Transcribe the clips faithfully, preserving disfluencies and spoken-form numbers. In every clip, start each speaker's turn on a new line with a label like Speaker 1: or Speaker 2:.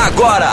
Speaker 1: Agora,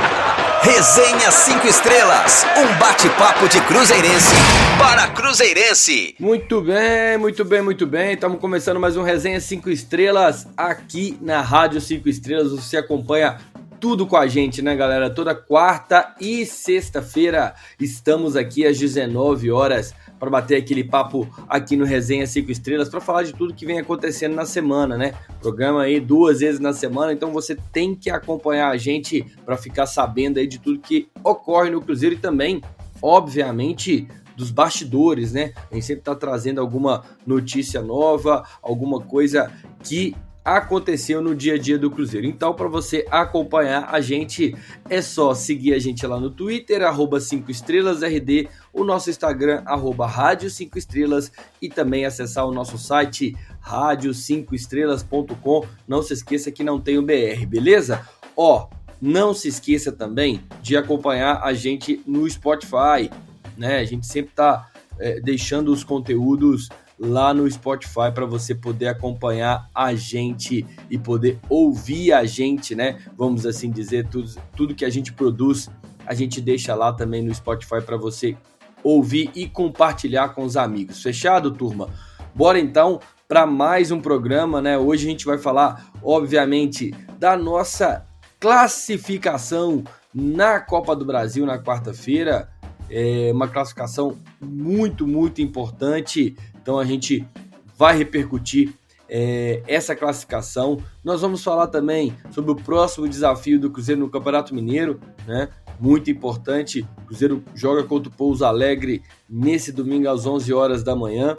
Speaker 1: Resenha cinco Estrelas, um bate-papo de cruzeirense para cruzeirense.
Speaker 2: Muito bem, muito bem, muito bem. Estamos começando mais um Resenha cinco Estrelas aqui na Rádio cinco Estrelas. Você acompanha tudo com a gente, né, galera? Toda quarta e sexta-feira estamos aqui às dezenove horas para bater aquele papo aqui no Resenha cinco Estrelas, para falar de tudo que vem acontecendo na semana, né? Programa aí duas vezes na semana, então você tem que acompanhar a gente para ficar sabendo aí de tudo que ocorre no Cruzeiro e também, obviamente, dos bastidores, né? A gente sempre tá trazendo alguma notícia nova, alguma coisa que aconteceu no dia a dia do Cruzeiro. Então, para você acompanhar a gente, é só seguir a gente lá no Twitter, arroba cinco estrelas R D, o nosso Instagram, arroba rádio cinco estrelas, e também acessar o nosso site, rádio cinco estrelas ponto com. Não se esqueça que não tem o B R, beleza? Ó, não se esqueça também de acompanhar a gente no Spotify, né? A gente sempre tá é, deixando os conteúdos lá no Spotify para você poder acompanhar a gente e poder ouvir a gente, né? Vamos assim dizer, tudo, tudo que a gente produz, a gente deixa lá também no Spotify para você ouvir e compartilhar com os amigos. Fechado, turma? Bora então para mais um programa, né? Hoje a gente vai falar, obviamente, da nossa classificação na Copa do Brasil na quarta-feira. É uma classificação muito, muito importante. Então a gente vai repercutir é, essa classificação. Nós vamos falar também sobre o próximo desafio do Cruzeiro no Campeonato Mineiro, né? Muito importante. O Cruzeiro joga contra o Pouso Alegre nesse domingo às onze horas da manhã.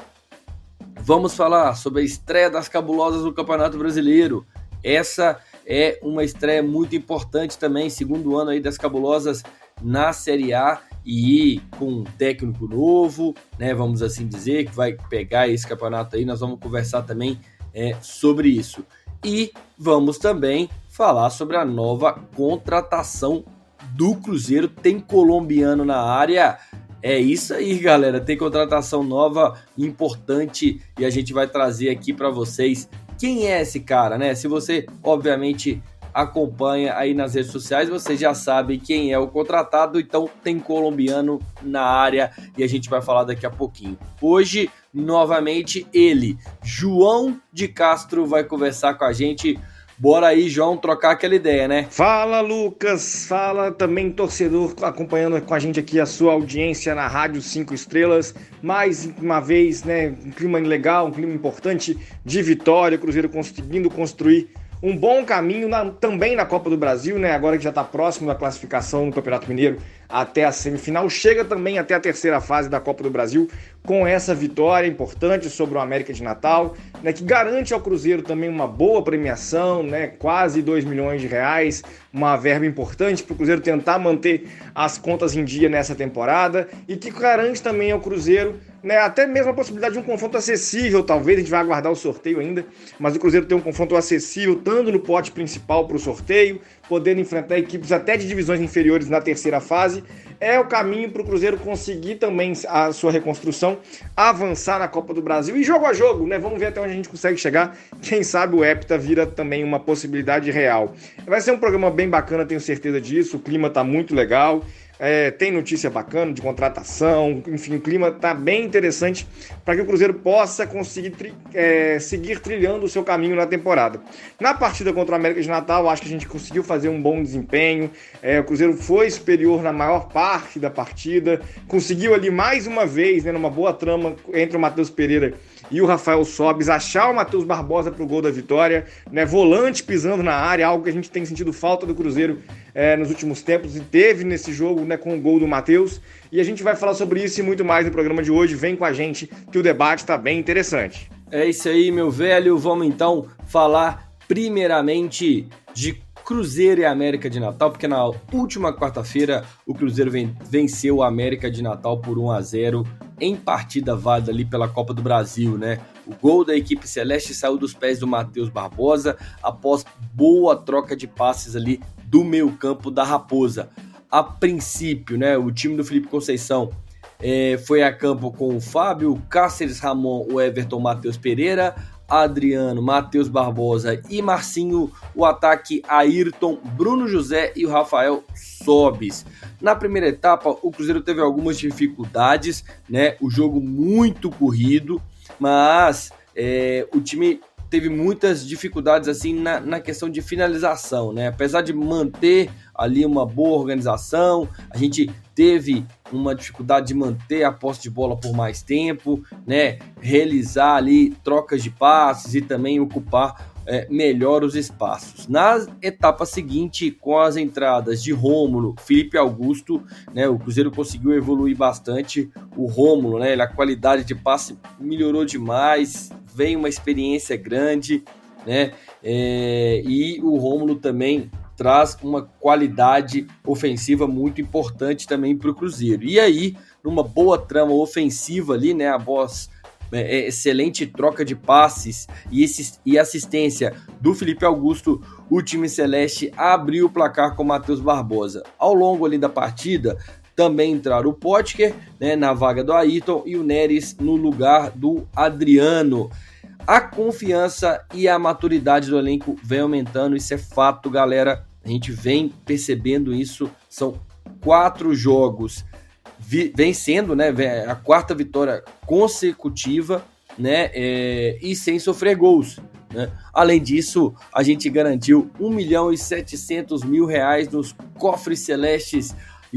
Speaker 2: Vamos falar sobre a estreia das Cabulosas no Campeonato Brasileiro. Essa é uma estreia muito importante também, segundo ano aí das Cabulosas na Série A. E com um técnico novo, né, vamos assim dizer, que vai pegar esse campeonato aí, nós vamos conversar também é, sobre isso. E vamos também falar sobre a nova contratação do Cruzeiro. Tem colombiano na área, é isso aí, galera, tem contratação nova, importante, e a gente vai trazer aqui para vocês quem é esse cara, né? Se você, obviamente, acompanha aí nas redes sociais, você já sabe quem é o contratado, então tem colombiano na área e a gente vai falar daqui a pouquinho. Hoje, novamente, ele, João de Castro, vai conversar com a gente. Bora aí, João, trocar aquela ideia, né?
Speaker 3: Fala, Lucas, fala também, torcedor, acompanhando com a gente aqui a sua audiência na Rádio cinco Estrelas. Mais uma vez, né, um clima legal, um clima importante de vitória, o Cruzeiro conseguindo construir um bom caminho na, também na Copa do Brasil, né? Agora que já está próximo da classificação no Campeonato Mineiro até a semifinal, chega também até a terceira fase da Copa do Brasil com essa vitória importante sobre o América de Natal, né? Que garante ao Cruzeiro também uma boa premiação, né? Quase dois milhões de reais, uma verba importante para o Cruzeiro tentar manter as contas em dia nessa temporada e que garante também ao Cruzeiro, né, até mesmo a possibilidade de um confronto acessível, talvez, a gente vai aguardar o sorteio ainda, mas o Cruzeiro tem um confronto acessível, estando no pote principal para o sorteio, podendo enfrentar equipes até de divisões inferiores na terceira fase. É o caminho para o Cruzeiro conseguir também a sua reconstrução, avançar na Copa do Brasil e jogo a jogo, né? Vamos ver até onde a gente consegue chegar. Quem sabe o Hepta vira também uma possibilidade real. Vai ser um programa bem bacana, tenho certeza disso. O clima está muito legal. É, tem notícia bacana de contratação, enfim, o clima está bem interessante para que o Cruzeiro possa conseguir tri, é, seguir trilhando o seu caminho na temporada. Na partida contra o América de Natal, acho que a gente conseguiu fazer um bom desempenho, é, o Cruzeiro foi superior na maior parte da partida, conseguiu ali mais uma vez, né, numa boa trama entre o Matheus Pereira e o Rafael Sobis, achar o Matheus Barbosa para o gol da vitória, né, volante pisando na área, algo que a gente tem sentido falta do Cruzeiro é, nos últimos tempos e teve nesse jogo, né, com o gol do Matheus. E a gente vai falar sobre isso e muito mais no programa de hoje. Vem com a gente que o debate está bem interessante.
Speaker 2: É isso aí, meu velho. Vamos então falar primeiramente de Cruzeiro e América de Natal, porque na última quarta-feira o Cruzeiro venceu o América de Natal por um a zero em partida válida ali pela Copa do Brasil, né? O gol da equipe celeste saiu dos pés do Matheus Barbosa após boa troca de passes ali do meio campo da Raposa. A princípio, né, o time do Felipe Conceição é, foi a campo com o Fábio, o Cáceres Ramon, o Everton, Matheus Pereira, Adriano, Matheus Barbosa e Marcinho. O ataque Ayrton, Bruno José e o Rafael Sobis. Na primeira etapa, o Cruzeiro teve algumas dificuldades, né? O jogo muito corrido, mas é, o time teve muitas dificuldades assim na, na questão de finalização, né? Apesar de manter ali uma boa organização, a gente teve uma dificuldade de manter a posse de bola por mais tempo, né? Realizar ali trocas de passes e também ocupar é, melhor os espaços. Na etapa seguinte, com as entradas de Rômulo, Felipe Augusto, né? O Cruzeiro conseguiu evoluir bastante. O Rômulo, né? A qualidade de passe melhorou demais, vem uma experiência grande, né? É, e o Rômulo também traz uma qualidade ofensiva muito importante também para o Cruzeiro. E aí, numa boa trama ofensiva ali, né? A voz, é, excelente troca de passes e, esse, e assistência do Felipe Augusto, o time celeste abriu o placar com o Matheus Barbosa. Ao longo ali da partida, também entraram o Potker, né, na vaga do Ayrton, e o Neres no lugar do Adriano. A confiança e a maturidade do elenco vem aumentando, isso é fato, galera. A gente vem percebendo isso, são quatro jogos vi- vencendo, né, a quarta vitória consecutiva, né, é, e sem sofrer gols, né? Além disso, a gente garantiu um milhão e setecentos mil reais nos cofres celestes.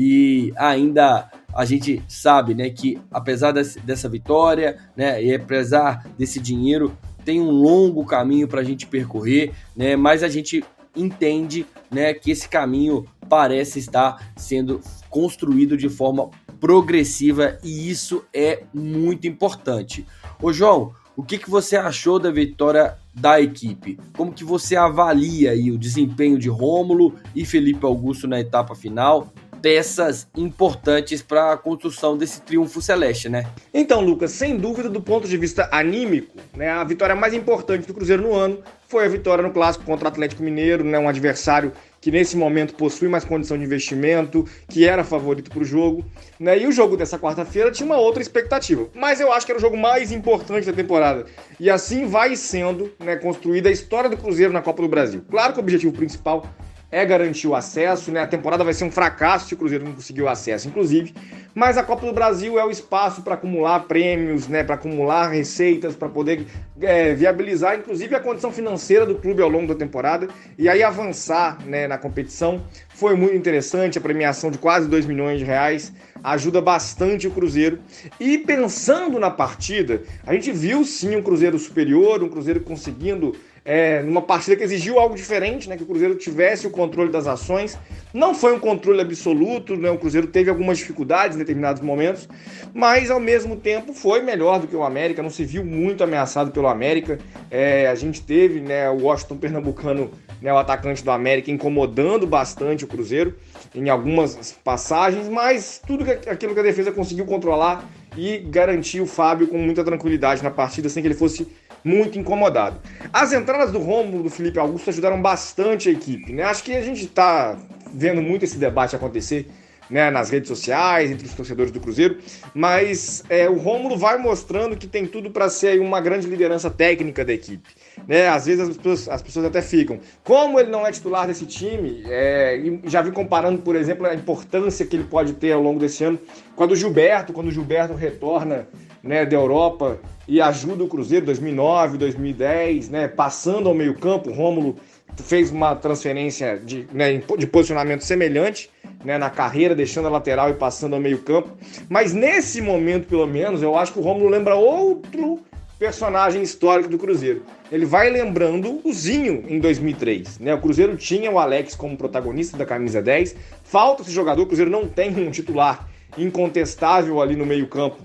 Speaker 2: E ainda a gente sabe, né, que apesar desse, dessa vitória, né, e apesar desse dinheiro, tem um longo caminho para a gente percorrer, né, mas a gente entende, né, que esse caminho parece estar sendo construído de forma progressiva e isso é muito importante. Ô João, o que, que você achou da vitória da equipe? Como que você avalia aí o desempenho de Rômulo e Felipe Augusto na etapa final? Peças importantes para a construção desse triunfo celeste, né?
Speaker 3: Então, Lucas, sem dúvida, do ponto de vista anímico, né, a vitória mais importante do Cruzeiro no ano foi a vitória no Clássico contra o Atlético Mineiro, né, um adversário que nesse momento possui mais condição de investimento, que era favorito para o jogo, né, e o jogo dessa quarta-feira tinha uma outra expectativa, mas eu acho que era o jogo mais importante da temporada, e assim vai sendo, né, construída a história do Cruzeiro na Copa do Brasil. Claro que o objetivo principal é garantir o acesso, né? A temporada vai ser um fracasso se o Cruzeiro não conseguir o acesso, inclusive. Mas a Copa do Brasil é o espaço para acumular prêmios, né? Para acumular receitas, para poder é, viabilizar, inclusive, a condição financeira do clube ao longo da temporada. E aí avançar, né, na competição foi muito interessante. A premiação de quase dois milhões de reais ajuda bastante o Cruzeiro. E pensando na partida, a gente viu sim um Cruzeiro superior, um Cruzeiro conseguindo... É, numa partida que exigiu algo diferente, né, que o Cruzeiro tivesse o controle das ações. Não foi um controle absoluto, né, o Cruzeiro teve algumas dificuldades em determinados momentos, mas ao mesmo tempo foi melhor do que o América, não se viu muito ameaçado pelo América. É, a gente teve, né, o Washington Pernambucano, né, o atacante do América, incomodando bastante o Cruzeiro em algumas passagens, mas tudo que, aquilo que a defesa conseguiu controlar e garantir o Fábio com muita tranquilidade na partida, sem que ele fosse muito incomodado. As entradas do Rômulo, do Felipe Augusto ajudaram bastante a equipe, né? Acho que a gente está vendo muito esse debate acontecer, né, nas redes sociais, entre os torcedores do Cruzeiro, mas é, o Rômulo vai mostrando que tem tudo para ser uma grande liderança técnica da equipe, né? Às vezes as pessoas, as pessoas até ficam, como ele não é titular desse time, é, e já vi comparando, por exemplo, a importância que ele pode ter ao longo desse ano com a do Gilberto, quando o Gilberto retorna, né, da Europa e ajuda o Cruzeiro, dois mil e nove, dois mil e dez, né, passando ao meio campo. O Rômulo fez uma transferência de, né, de posicionamento semelhante, né, na carreira, deixando a lateral e passando ao meio campo, mas nesse momento, pelo menos, eu acho que o Rômulo lembra outro personagem histórico do Cruzeiro. Ele vai lembrando o Zinho em dois mil e três, né? O Cruzeiro tinha o Alex como protagonista da camisa dez, falta esse jogador, o Cruzeiro não tem um titular incontestável ali no meio campo,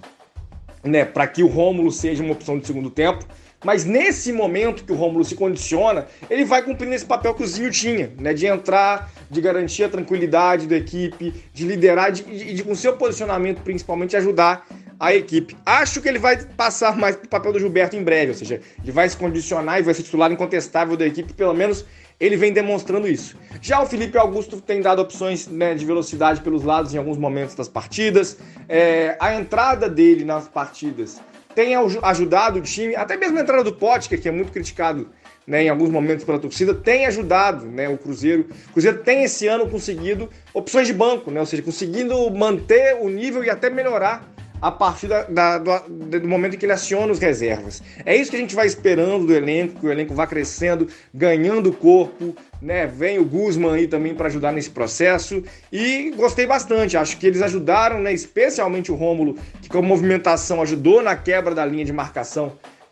Speaker 3: né, para que o Rômulo seja uma opção de segundo tempo, mas nesse momento que o Rômulo se condiciona, ele vai cumprindo esse papel que o Zinho tinha, né, de entrar, de garantir a tranquilidade da equipe, de liderar e de, de, com seu posicionamento principalmente ajudar a equipe. Acho que ele vai passar mais para o papel do Gilberto em breve, ou seja, ele vai se condicionar e vai ser titular incontestável da equipe, pelo menos ele vem demonstrando isso. Já o Felipe Augusto tem dado opções, né, de velocidade pelos lados em alguns momentos das partidas. É, a entrada dele nas partidas tem ajudado o time, até mesmo a entrada do Potker, que é muito criticado, né, em alguns momentos pela torcida, tem ajudado, né, o Cruzeiro. O Cruzeiro tem esse ano conseguido opções de banco, né, ou seja, conseguindo manter o nível e até melhorar a partir da, da, do, do momento em que ele aciona os reservas. É isso que a gente vai esperando do elenco, que o elenco vá crescendo, ganhando corpo, né? Vem o Guzman aí também para ajudar nesse processo e gostei bastante, acho que eles ajudaram, né? Especialmente o Rômulo, que com a movimentação ajudou na quebra da linha de marcação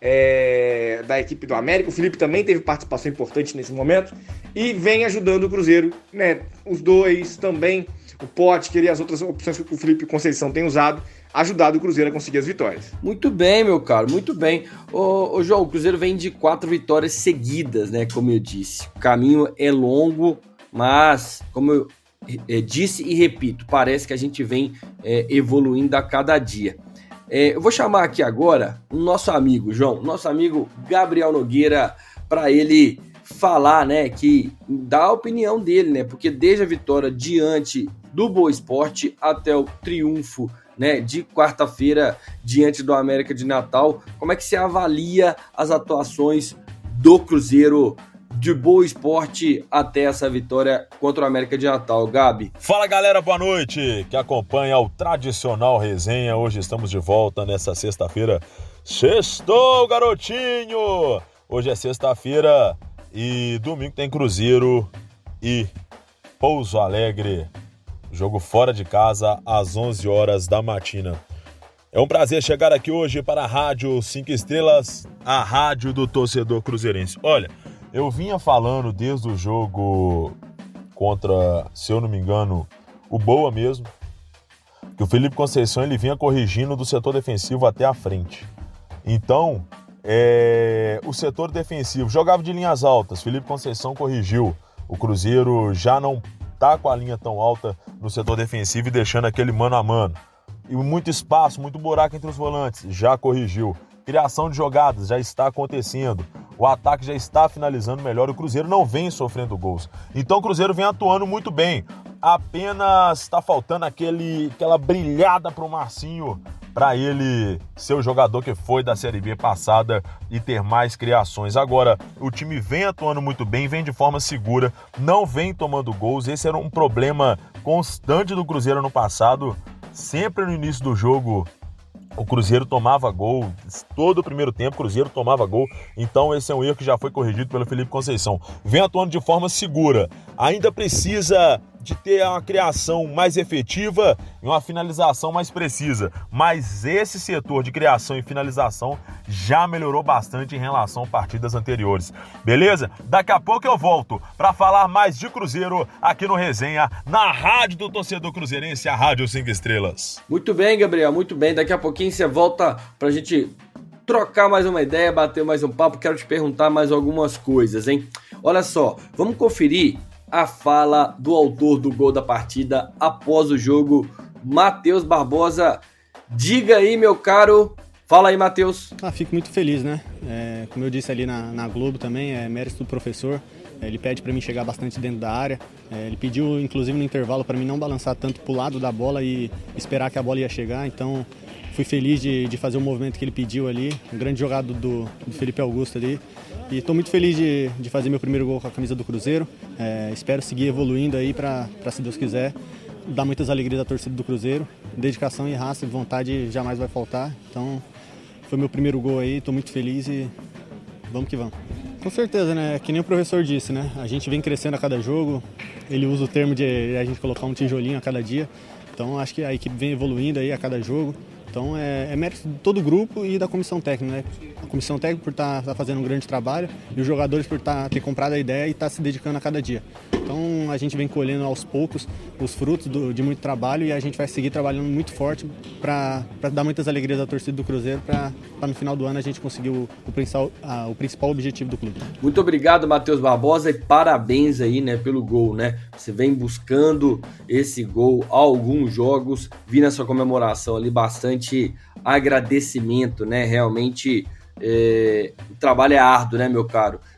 Speaker 3: é, da equipe do América. O Felipe também teve participação importante nesse momento e vem ajudando o Cruzeiro, né? Os dois também, o Potker e as outras opções que o Felipe Conceição tem usado, ajudado o Cruzeiro a conseguir as vitórias.
Speaker 2: Muito bem, meu caro, muito bem. Ô, ô João, o Cruzeiro vem de quatro vitórias seguidas, né? Como eu disse, o caminho é longo, mas, como eu é, disse e repito, parece que a gente vem é, evoluindo a cada dia. É, eu vou chamar aqui agora o nosso amigo, João, nosso amigo Gabriel Nogueira, para ele falar, né, que dá a opinião dele, né? Porque desde a vitória diante do Boa Esporte até o triunfo, né, de quarta-feira diante do América de Natal, como é que você avalia as atuações do Cruzeiro de Boa Esporte até essa vitória contra o América de Natal, Gabi?
Speaker 4: Fala, galera, boa noite, que acompanha o tradicional resenha. Hoje estamos de volta nessa sexta-feira. Sextou, garotinho! Hoje é sexta-feira e domingo tem Cruzeiro e Pouso Alegre. Jogo fora de casa às onze horas da matina. É um prazer chegar aqui hoje para a Rádio cinco Estrelas, a rádio do torcedor cruzeirense. Olha, eu vinha falando desde o jogo contra, se eu não me engano, o Boa mesmo, que o Felipe Conceição ele vinha corrigindo do setor defensivo até a frente. Então, é, o setor defensivo jogava de linhas altas, Felipe Conceição corrigiu. O Cruzeiro já não tá com a linha tão alta no setor defensivo e deixando aquele mano a mano. E muito espaço, muito buraco entre os volantes, já corrigiu. Criação de jogadas já está acontecendo. O ataque já está finalizando melhor. O Cruzeiro não vem sofrendo gols. Então o Cruzeiro vem atuando muito bem. Apenas está faltando aquele, aquela brilhada pro Marcinho, para ele ser o jogador que foi da Série B passada e ter mais criações. Agora, o time vem atuando muito bem, vem de forma segura, não vem tomando gols. Esse era um problema constante do Cruzeiro no passado. Sempre no início do jogo, o Cruzeiro tomava gol. Todo o primeiro tempo, o Cruzeiro tomava gol. Então, esse é um erro que já foi corrigido pelo Felipe Conceição. Vem atuando de forma segura. Ainda precisa de ter uma criação mais efetiva e uma finalização mais precisa. Mas esse setor de criação e finalização já melhorou bastante em relação a partidas anteriores. Beleza? Daqui a pouco eu volto para falar mais de Cruzeiro aqui no Resenha, na Rádio do Torcedor Cruzeirense, a Rádio cinco Estrelas.
Speaker 2: Muito bem, Gabriel, muito bem. Daqui a pouquinho você volta pra gente trocar mais uma ideia, bater mais um papo. Quero te perguntar mais algumas coisas, hein? Olha só, vamos conferir a fala do autor do gol da partida após o jogo, Matheus Barbosa. Diga aí, meu caro. Fala aí, Matheus.
Speaker 5: Ah, fico muito feliz, né? É, como eu disse ali na, na Globo também, é mérito do professor. É, ele pede para mim chegar bastante dentro da área. É, ele pediu, inclusive, no intervalo para mim não balançar tanto pro lado da bola e esperar que a bola ia chegar. Então, fui feliz de, de fazer o movimento que ele pediu ali. Um grande jogado do, do Felipe Augusto ali. E estou muito feliz de, de fazer meu primeiro gol com a camisa do Cruzeiro. É, espero seguir evoluindo aí para, se Deus quiser, dar muitas alegrias à torcida do Cruzeiro. Dedicação e raça e vontade jamais vai faltar. Então, foi meu primeiro gol aí, estou muito feliz e vamos que vamos. Com certeza, né? Que nem o professor disse, né? A gente vem crescendo a cada jogo. Ele usa o termo de a gente colocar um tijolinho a cada dia. Então, acho que a equipe vem evoluindo aí a cada jogo. Então é, é mérito de todo o grupo e da comissão técnica, né? A comissão técnica por estar tá, tá fazendo um grande trabalho e os jogadores por tá, ter comprado a ideia e estar tá se dedicando a cada dia. Então a gente vem colhendo aos poucos os frutos do, de muito trabalho e a gente vai seguir trabalhando muito forte para dar muitas alegrias à torcida do Cruzeiro para no final do ano a gente conseguir o, o, principal, a, o principal objetivo do clube.
Speaker 2: Muito obrigado, Matheus Barbosa, e parabéns aí, né, pelo gol, né? Você vem buscando esse gol há alguns jogos, vi na sua comemoração ali bastante agradecimento, né? Realmente é, o trabalho é árduo, né, meu caro?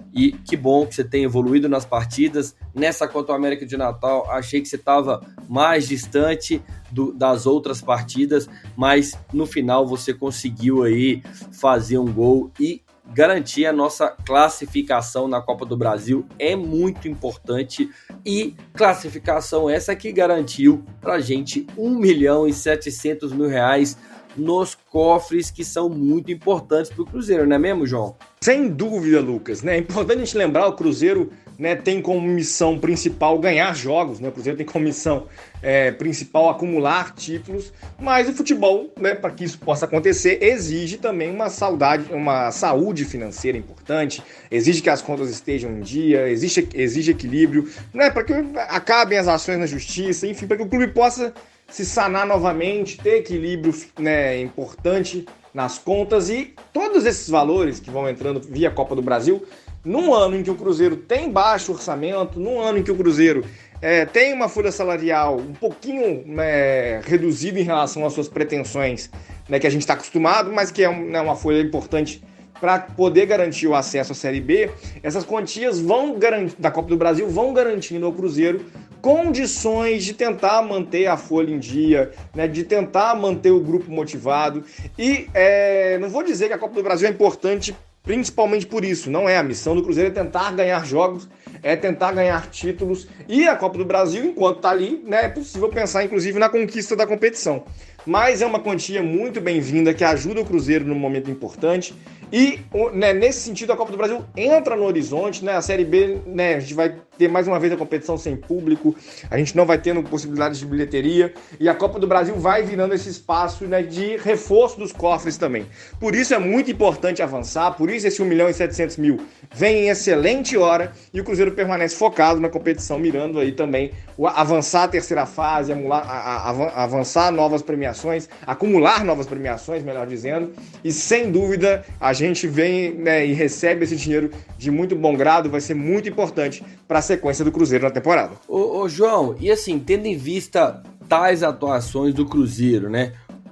Speaker 2: e que bom que você tem evoluído nas partidas. Nessa Copa América de Natal, achei que você estava mais distante do, das outras partidas, mas no final você conseguiu aí fazer um gol e garantir a nossa classificação na Copa do Brasil. É muito importante, e classificação essa que garantiu pra gente um milhão e setecentos mil reais nos cofres, que são muito importantes para o Cruzeiro, não é mesmo, João?
Speaker 3: Sem dúvida, Lucas, né? É importante a gente lembrar, o Cruzeiro, né, tem como missão principal ganhar jogos, né? O Cruzeiro tem como missão é, principal acumular títulos, mas o futebol, né, para que isso possa acontecer, exige também uma saudade, uma saúde financeira importante, exige que as contas estejam em dia, exige, exige equilíbrio, né, para que acabem as ações na justiça, enfim, para que o clube possa se sanar novamente, ter equilíbrio, né, importante nas contas, e todos esses valores que vão entrando via Copa do Brasil, num ano em que o Cruzeiro tem baixo orçamento, num ano em que o Cruzeiro é, tem uma folha salarial um pouquinho, né, reduzida em relação às suas pretensões, né, que a gente está acostumado, mas que é um, né, uma folha importante para poder garantir o acesso à Série B, essas quantias vão garantir, da Copa do Brasil vão garantindo ao Cruzeiro condições de tentar manter a folha em dia, né, de tentar manter o grupo motivado. E é, não vou dizer que a Copa do Brasil é importante principalmente por isso, não é. A missão do Cruzeiro é tentar ganhar jogos, é tentar ganhar títulos, e a Copa do Brasil, enquanto está ali, né, é possível pensar inclusive na conquista da competição. Mas é uma quantia muito bem-vinda que ajuda o Cruzeiro num momento importante. E, né, nesse sentido, a Copa do Brasil entra no horizonte, né? A Série B, né, a gente vai ter mais uma vez a competição sem público, a gente não vai tendo possibilidades de bilheteria, e a Copa do Brasil vai virando esse espaço, né, de reforço dos cofres também. Por isso é muito importante avançar, por isso esse um milhão e setecentos mil vem em excelente hora, e o Cruzeiro permanece focado na competição, mirando aí também o avançar a terceira fase, amular, a, a, avançar novas premiações, acumular novas premiações, melhor dizendo, e sem dúvida a gente vem, né, e recebe esse dinheiro de muito bom grado, vai ser muito importante para a sequência do Cruzeiro na temporada.
Speaker 2: Ô, ô João, e assim, tendo em vista tais atuações do Cruzeiro, né,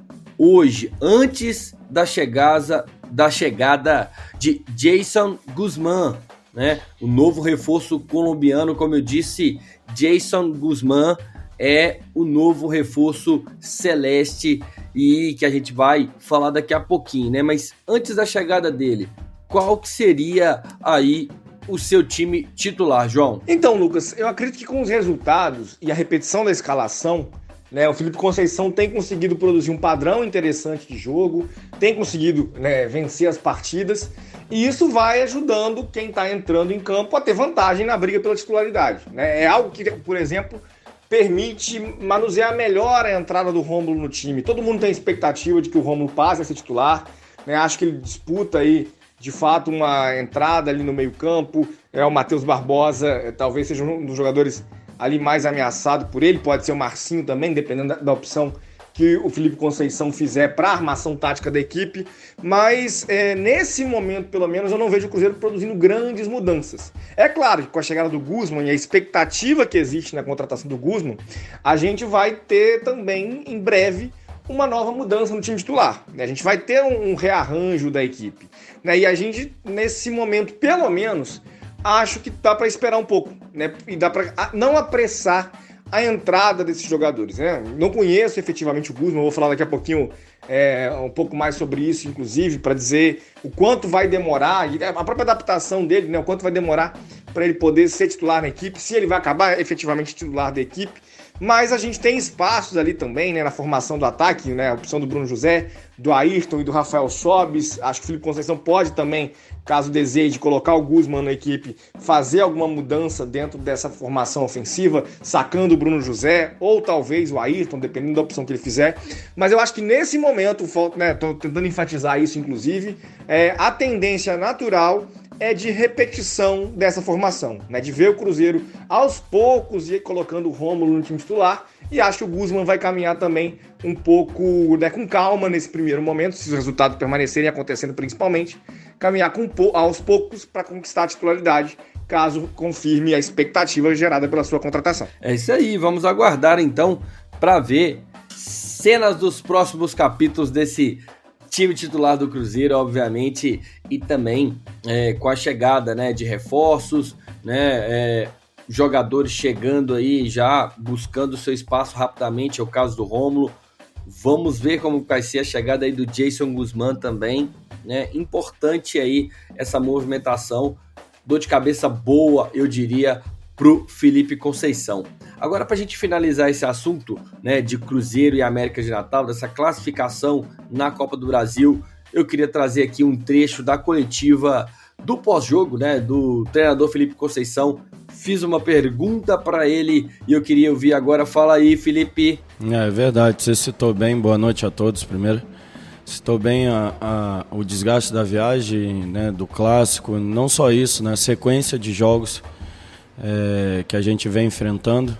Speaker 2: hoje, antes da chegada, da chegada de Jason Guzmán, né, o novo reforço colombiano, como eu disse, Jason Guzmán é o novo reforço celeste, e que a gente vai falar daqui a pouquinho, né? Mas antes da chegada dele, qual que seria aí o seu time titular, João?
Speaker 3: Então, Lucas, eu acredito que com os resultados e a repetição da escalação, né, o Felipe Conceição tem conseguido produzir um padrão interessante de jogo, tem conseguido, né, vencer as partidas, e isso vai ajudando quem está entrando em campo a ter vantagem na briga pela titularidade, né? É algo que, por exemplo, permite manusear melhor a entrada do Rômulo no time. Todo mundo tem expectativa de que o Rômulo passe a ser titular, né? Acho que ele disputa aí, de fato, uma entrada ali no meio campo. É, o Matheus Barbosa é, talvez seja um dos jogadores ali mais ameaçado por ele, pode ser o Marcinho também, dependendo da, da opção que o Felipe Conceição fizer para a armação tática da equipe, mas é, nesse momento, pelo menos, eu não vejo o Cruzeiro produzindo grandes mudanças. É claro que com a chegada do Guzmán e a expectativa que existe na contratação do Guzmán, a gente vai ter também, em breve, uma nova mudança no time titular, né? A gente vai ter um, um rearranjo da equipe, né? E a gente, nesse momento, pelo menos, acho que dá para esperar um pouco, né? E dá para não apressar a entrada desses jogadores, né? Não conheço efetivamente o Guzmán, vou falar daqui a pouquinho é, um pouco mais sobre isso, inclusive, para dizer o quanto vai demorar, e a própria adaptação dele, né? O quanto vai demorar para ele poder ser titular na equipe, se ele vai acabar efetivamente titular da equipe. Mas a gente tem espaços ali também, né, na formação do ataque, né, a opção do Bruno José, do Ayrton e do Rafael Sobis. Acho que o Felipe Conceição pode também, caso deseje, colocar o Guzmán na equipe, fazer alguma mudança dentro dessa formação ofensiva, sacando o Bruno José, ou talvez o Ayrton, dependendo da opção que ele fizer. Mas eu acho que nesse momento, né, tô tentando enfatizar isso, inclusive, é, a tendência natural é de repetição dessa formação, né? De ver o Cruzeiro aos poucos ir colocando o Rômulo no time titular, e acho que o Guzmán vai caminhar também um pouco, né, com calma nesse primeiro momento, se os resultados permanecerem acontecendo principalmente, caminhar com, aos poucos para conquistar a titularidade, caso confirme a expectativa gerada pela sua contratação.
Speaker 2: É isso aí, vamos aguardar então para ver cenas dos próximos capítulos desse time titular do Cruzeiro, obviamente, e também é, com a chegada, né, de reforços, né, é, jogadores chegando aí já buscando seu espaço rapidamente, é o caso do Rômulo. Vamos ver como vai ser a chegada aí do Jason Guzmán também, né? Importante aí essa movimentação, dor de cabeça boa, eu diria, pro Felipe Conceição. Agora, para a gente finalizar esse assunto, né, de Cruzeiro e América de Natal, dessa classificação na Copa do Brasil, eu queria trazer aqui um trecho da coletiva do pós-jogo, né, do treinador Felipe Conceição. Fiz uma pergunta para ele e eu queria ouvir agora. Fala aí, Felipe.
Speaker 6: É verdade, você citou bem. Boa noite a todos primeiro. Citou bem a, a, o desgaste da viagem, né, do clássico. Não só isso, né, a sequência de jogos é, que a gente vem enfrentando.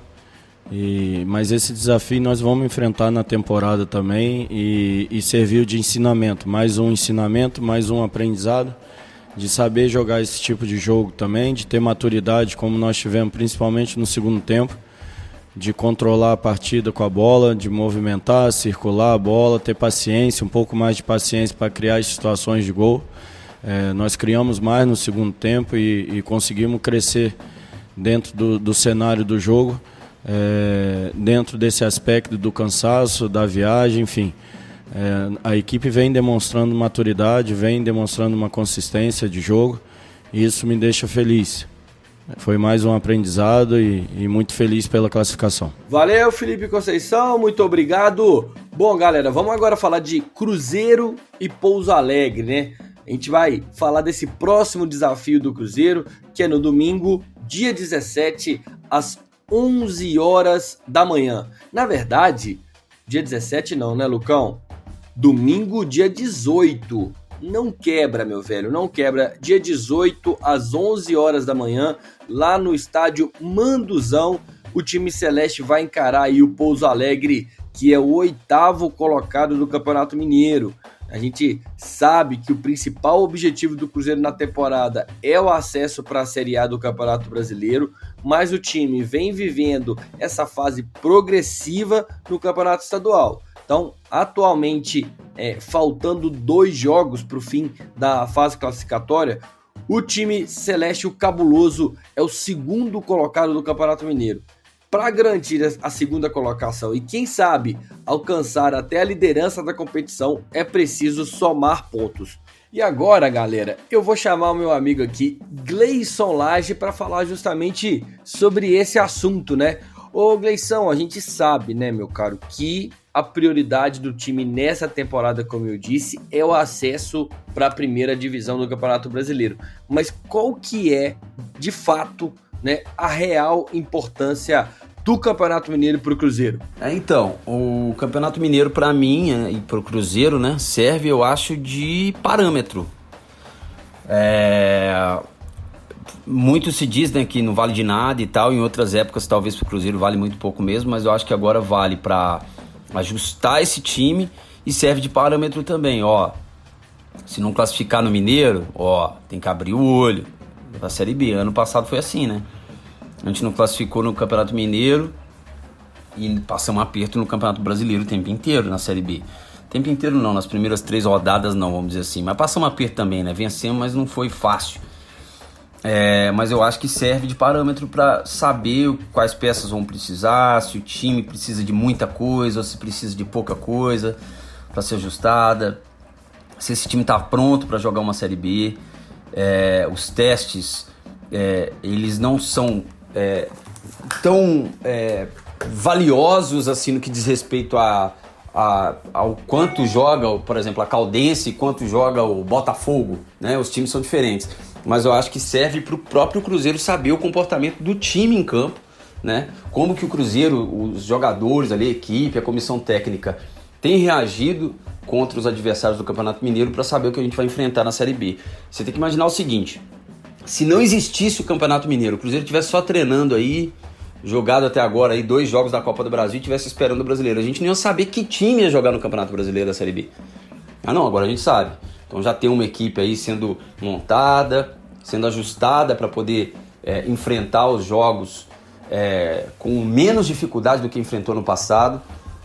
Speaker 6: E, mas esse desafio nós vamos enfrentar na temporada também e, e serviu de ensinamento. Mais um ensinamento, mais um aprendizado. De saber jogar esse tipo de jogo também, de ter maturidade como nós tivemos principalmente no segundo tempo, de controlar a partida com a bola, de movimentar, circular a bola, ter paciência, um pouco mais de paciência para criar as situações de gol. É, nós criamos mais no segundo tempo e, e conseguimos crescer dentro do, do cenário do jogo, é, dentro desse aspecto do cansaço, da viagem, enfim. É, a equipe vem demonstrando maturidade, vem demonstrando uma consistência de jogo e isso me deixa feliz. Foi mais um aprendizado e, e muito feliz pela classificação.
Speaker 2: Valeu, Felipe Conceição, muito obrigado. Bom, galera, vamos agora falar de Cruzeiro e Pouso Alegre, né? A gente vai falar desse próximo desafio do Cruzeiro, que é no domingo, dia dezessete, às onze horas da manhã. Na verdade, dia dezessete não, né, Lucão? Domingo, dia dezoito. Não quebra, meu velho, não quebra. Dia dezoito, às onze horas da manhã, lá no estádio Manduzão, o time celeste vai encarar aí o Pouso Alegre, que é o oitavo colocado do Campeonato Mineiro. A gente sabe que o principal objetivo do Cruzeiro na temporada é o acesso para a Série A do Campeonato Brasileiro, mas o time vem vivendo essa fase progressiva no Campeonato Estadual. Então, atualmente, é, faltando dois jogos para o fim da fase classificatória, o time celeste, o Cabuloso, é o segundo colocado do Campeonato Mineiro. Para garantir a segunda colocação e, quem sabe, alcançar até a liderança da competição, é preciso somar pontos. E agora, galera, eu vou chamar o meu amigo aqui, Gleison Lage, para falar justamente sobre esse assunto, né? Ô, Gleison, a gente sabe, né, meu caro, que a prioridade do time nessa temporada, como eu disse, é o acesso para a primeira divisão do Campeonato Brasileiro. Mas qual que é, de fato, né, a real importância do Campeonato Mineiro para o Cruzeiro?
Speaker 7: É, então, o Campeonato Mineiro para mim é, e para o Cruzeiro, né, serve, eu acho, de parâmetro. É... Muito se diz, né, que não vale de nada e tal. Em outras épocas, talvez para o Cruzeiro vale muito pouco mesmo, mas eu acho que agora vale para ajustar esse time e serve de parâmetro também. Ó, se não classificar no Mineiro, ó, tem que abrir o olho. Da Série B, ano passado foi assim, né? A gente não classificou no Campeonato Mineiro e passamos um aperto no Campeonato Brasileiro o tempo inteiro, na Série B. Tempo inteiro não, nas primeiras três rodadas não, vamos dizer assim. Mas passamos um aperto também, né? Vencemos, mas não foi fácil. É, mas eu acho que serve de parâmetro para saber quais peças vão precisar, se o time precisa de muita coisa ou se precisa de pouca coisa para ser ajustada, se esse time está pronto para jogar uma Série B. É, os testes, é, eles não são é, tão é, valiosos assim no que diz respeito a, a, ao quanto joga, por exemplo, a Caldense e quanto joga o Botafogo, né? Os times são diferentes. Mas eu acho que serve para o próprio Cruzeiro saber o comportamento do time em campo, né? Como que o Cruzeiro, os jogadores ali, a equipe, a comissão técnica tem reagido contra os adversários do Campeonato Mineiro para saber o que a gente vai enfrentar na Série B. Você tem que imaginar o seguinte: se não existisse o Campeonato Mineiro, o Cruzeiro estivesse só treinando aí, jogado até agora aí dois jogos da Copa do Brasil e estivesse esperando o Brasileiro, a gente não ia saber que time ia jogar no Campeonato Brasileiro da Série B. Ah não, agora a gente sabe. Então já tem uma equipe aí sendo montada, sendo ajustada para poder é, enfrentar os jogos é, com menos dificuldade do que enfrentou no passado.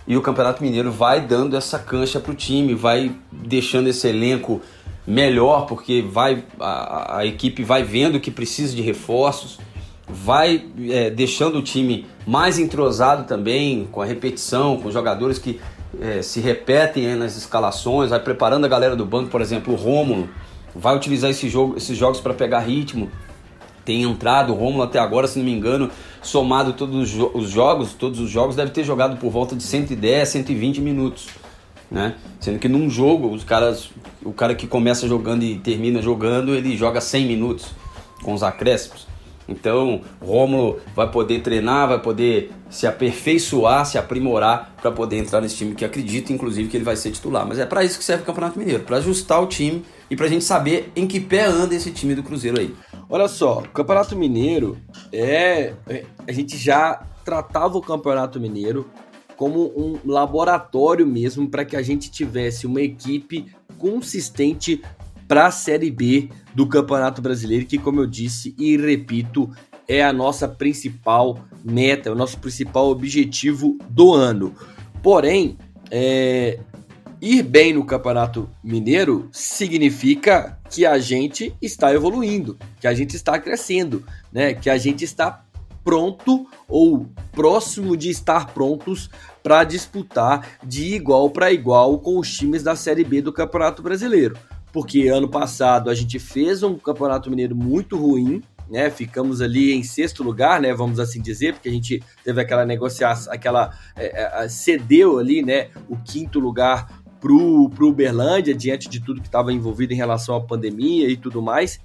Speaker 7: e o Campeonato Mineiro vai dando essa cancha para o time, vai deixando esse elenco melhor, porque vai, a, a equipe vai vendo que precisa de reforços, vai é, deixando o time mais entrosado também, com a repetição, com jogadores que é, se repetem aí nas escalações, vai preparando a galera do banco, por exemplo, o Rômulo, vai utilizar esse jogo, esses jogos para pegar ritmo. Tem entrado o Rômulo até agora, se não me engano, somado todos os, jo- os jogos, todos os jogos, deve ter jogado por volta de cento e dez, cento e vinte minutos, né? Sendo que num jogo, os caras, o cara que começa jogando e termina jogando, ele joga cem minutos com os acréscimos. Então, Rômulo vai poder treinar, vai poder se aperfeiçoar, se aprimorar para poder entrar nesse time que acredito, inclusive, que ele vai ser titular. Mas é para isso que serve o Campeonato Mineiro, para ajustar o time e para a gente saber em que pé anda esse time do Cruzeiro aí.
Speaker 2: Olha só, o Campeonato Mineiro é... A gente já tratava o Campeonato Mineiro como um laboratório mesmo para que a gente tivesse uma equipe consistente para a Série B do Campeonato Brasileiro, que, como eu disse e repito, é a nossa principal meta, é o nosso principal objetivo do ano. Porém, é, ir bem no Campeonato Mineiro significa que a gente está evoluindo, que a gente está crescendo, né? Que a gente está pronto ou próximo de estar prontos para disputar de igual para igual com os times da Série B do Campeonato Brasileiro. Porque ano passado a gente fez um Campeonato Mineiro muito ruim, né? Ficamos ali em sexto lugar, né? Vamos assim dizer, porque a gente teve aquela negociação, aquela é, é, cedeu ali, né? O quinto lugar pro, pro Uberlândia, diante de tudo que estava envolvido em relação à pandemia e tudo mais.